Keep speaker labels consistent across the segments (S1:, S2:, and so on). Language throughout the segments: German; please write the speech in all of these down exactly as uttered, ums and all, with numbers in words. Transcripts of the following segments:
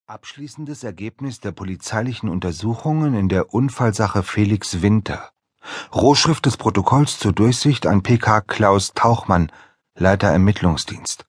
S1: Abschließendes Ergebnis der polizeilichen Untersuchungen in der Unfallsache Felix Winter. Rohschrift des Protokolls zur Durchsicht an P K Klaus Tauchmann, Leiter Ermittlungsdienst.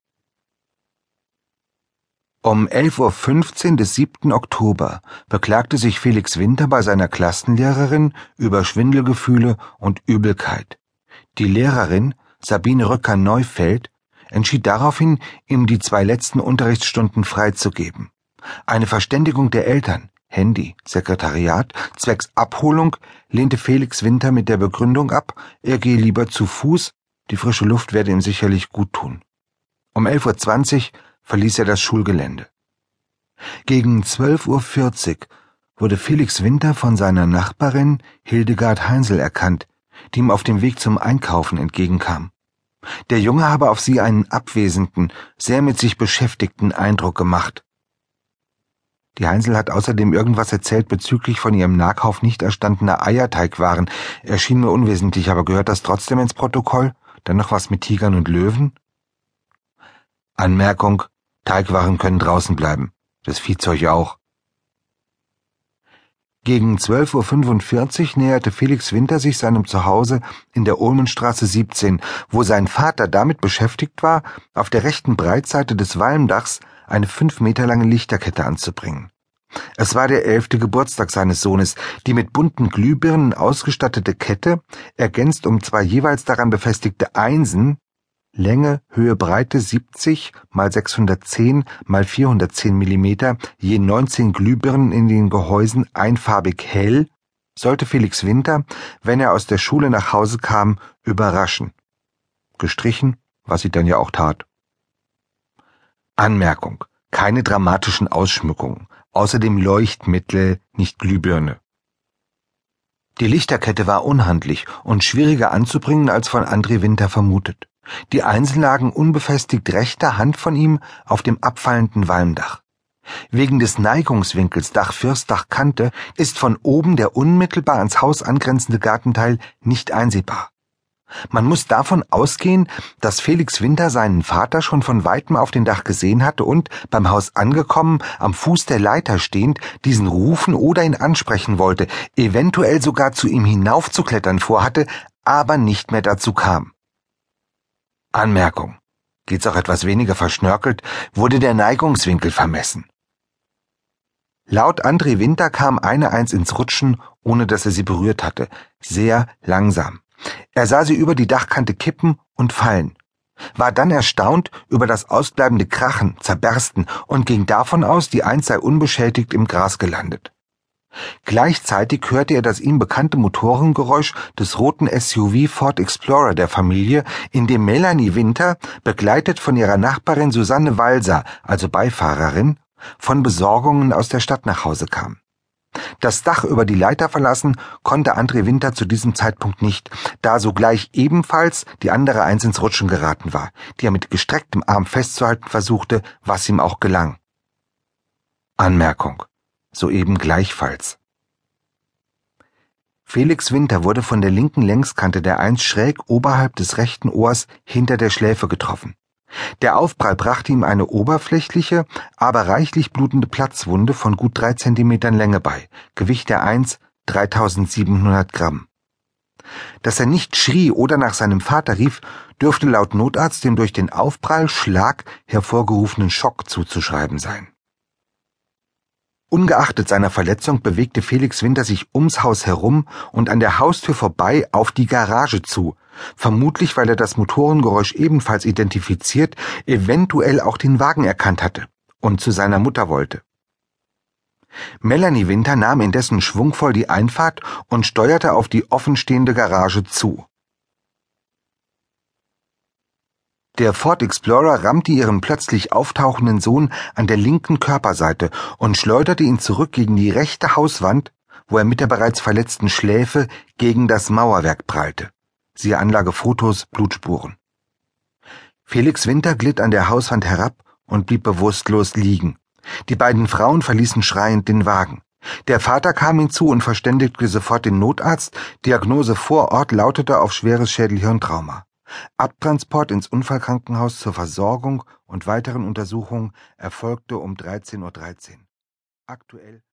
S1: Um elf Uhr fünfzehn des siebten Oktober beklagte sich Felix Winter bei seiner Klassenlehrerin über Schwindelgefühle und Übelkeit. Die Lehrerin, Sabine Röcker-Neufeld, entschied daraufhin, ihm die zwei letzten Unterrichtsstunden freizugeben. Eine Verständigung der Eltern, Handy, Sekretariat, zwecks Abholung, lehnte Felix Winter mit der Begründung ab, er gehe lieber zu Fuß, die frische Luft werde ihm sicherlich gut tun. Um elf Uhr zwanzig verließ er das Schulgelände. Gegen zwölf Uhr vierzig wurde Felix Winter von seiner Nachbarin Hildegard Heinzel erkannt, die ihm auf dem Weg zum Einkaufen entgegenkam. Der Junge habe auf sie einen abwesenden, sehr mit sich beschäftigten Eindruck gemacht. Die Heinzel hat außerdem irgendwas erzählt bezüglich von ihrem Nachkauf nicht erstandener Eierteigwaren. Erschien mir unwesentlich, aber gehört das trotzdem ins Protokoll? Dann noch was mit Tigern und Löwen? Anmerkung: Teigwaren können draußen bleiben. Das Viehzeug auch. Gegen zwölf Uhr fünfundvierzig näherte Felix Winter sich seinem Zuhause in der Ulmenstraße siebzehn, wo sein Vater damit beschäftigt war, auf der rechten Breitseite des Walmdachs eine fünf Meter lange Lichterkette anzubringen. Es war der elfte Geburtstag seines Sohnes. Die mit bunten Glühbirnen ausgestattete Kette, ergänzt um zwei jeweils daran befestigte Einsen, Länge, Höhe, Breite siebzig mal sechshundertzehn mal vierhundertzehn Millimeter, je neunzehn Glühbirnen in den Gehäusen einfarbig hell, sollte Felix Winter, wenn er aus der Schule nach Hause kam, überraschen. Gestrichen, was sie dann ja auch tat. Anmerkung: Keine dramatischen Ausschmückungen, außerdem Leuchtmittel, nicht Glühbirne. Die Lichterkette war unhandlich und schwieriger anzubringen als von André Winter vermutet. Die Einsen lagen unbefestigt rechter Hand von ihm auf dem abfallenden Walmdach. Wegen des Neigungswinkels Dach-First-Dach-Kante ist von oben der unmittelbar ans Haus angrenzende Gartenteil nicht einsehbar. Man muss davon ausgehen, dass Felix Winter seinen Vater schon von weitem auf dem Dach gesehen hatte und, beim Haus angekommen, am Fuß der Leiter stehend, diesen rufen oder ihn ansprechen wollte, eventuell sogar zu ihm hinaufzuklettern vorhatte, aber nicht mehr dazu kam. Anmerkung: Geht's auch etwas weniger verschnörkelt, wurde der Neigungswinkel vermessen. Laut André Winter kam eine Eins ins Rutschen, ohne dass er sie berührt hatte, sehr langsam. Er sah sie über die Dachkante kippen und fallen, war dann erstaunt über das ausbleibende Krachen, Zerbersten und ging davon aus, die Eins sei unbeschädigt im Gras gelandet. Gleichzeitig hörte er das ihm bekannte Motorengeräusch des roten S U V Ford Explorer der Familie, in dem Melanie Winter, begleitet von ihrer Nachbarin Susanne Walser, also Beifahrerin, von Besorgungen aus der Stadt nach Hause kam. Das Dach über die Leiter verlassen konnte André Winter zu diesem Zeitpunkt nicht, da sogleich ebenfalls die andere Eins ins Rutschen geraten war, die er mit gestrecktem Arm festzuhalten versuchte, was ihm auch gelang. Anmerkung: Soeben gleichfalls. Felix Winter wurde von der linken Längskante der Eins schräg oberhalb des rechten Ohrs hinter der Schläfe getroffen. Der Aufprall brachte ihm eine oberflächliche, aber reichlich blutende Platzwunde von gut drei Zentimetern Länge bei, Gewicht der Eins dreitausendsiebenhundert Gramm. Dass er nicht schrie oder nach seinem Vater rief, dürfte laut Notarzt dem durch den Aufprall, Schlag hervorgerufenen Schock zuzuschreiben sein. Ungeachtet seiner Verletzung bewegte Felix Winter sich ums Haus herum und an der Haustür vorbei auf die Garage zu, vermutlich weil er das Motorengeräusch ebenfalls identifiziert, eventuell auch den Wagen erkannt hatte und zu seiner Mutter wollte. Melanie Winter nahm indessen schwungvoll die Einfahrt und steuerte auf die offenstehende Garage zu. Der Ford Explorer rammte ihren plötzlich auftauchenden Sohn an der linken Körperseite und schleuderte ihn zurück gegen die rechte Hauswand, wo er mit der bereits verletzten Schläfe gegen das Mauerwerk prallte. Siehe Anlage Fotos, Blutspuren. Felix Winter glitt an der Hauswand herab und blieb bewusstlos liegen. Die beiden Frauen verließen schreiend den Wagen. Der Vater kam hinzu und verständigte sofort den Notarzt. Diagnose vor Ort lautete auf schweres Schädelhirntrauma. Abtransport ins Unfallkrankenhaus zur Versorgung und weiteren Untersuchungen erfolgte um dreizehn Uhr dreizehn. Aktuell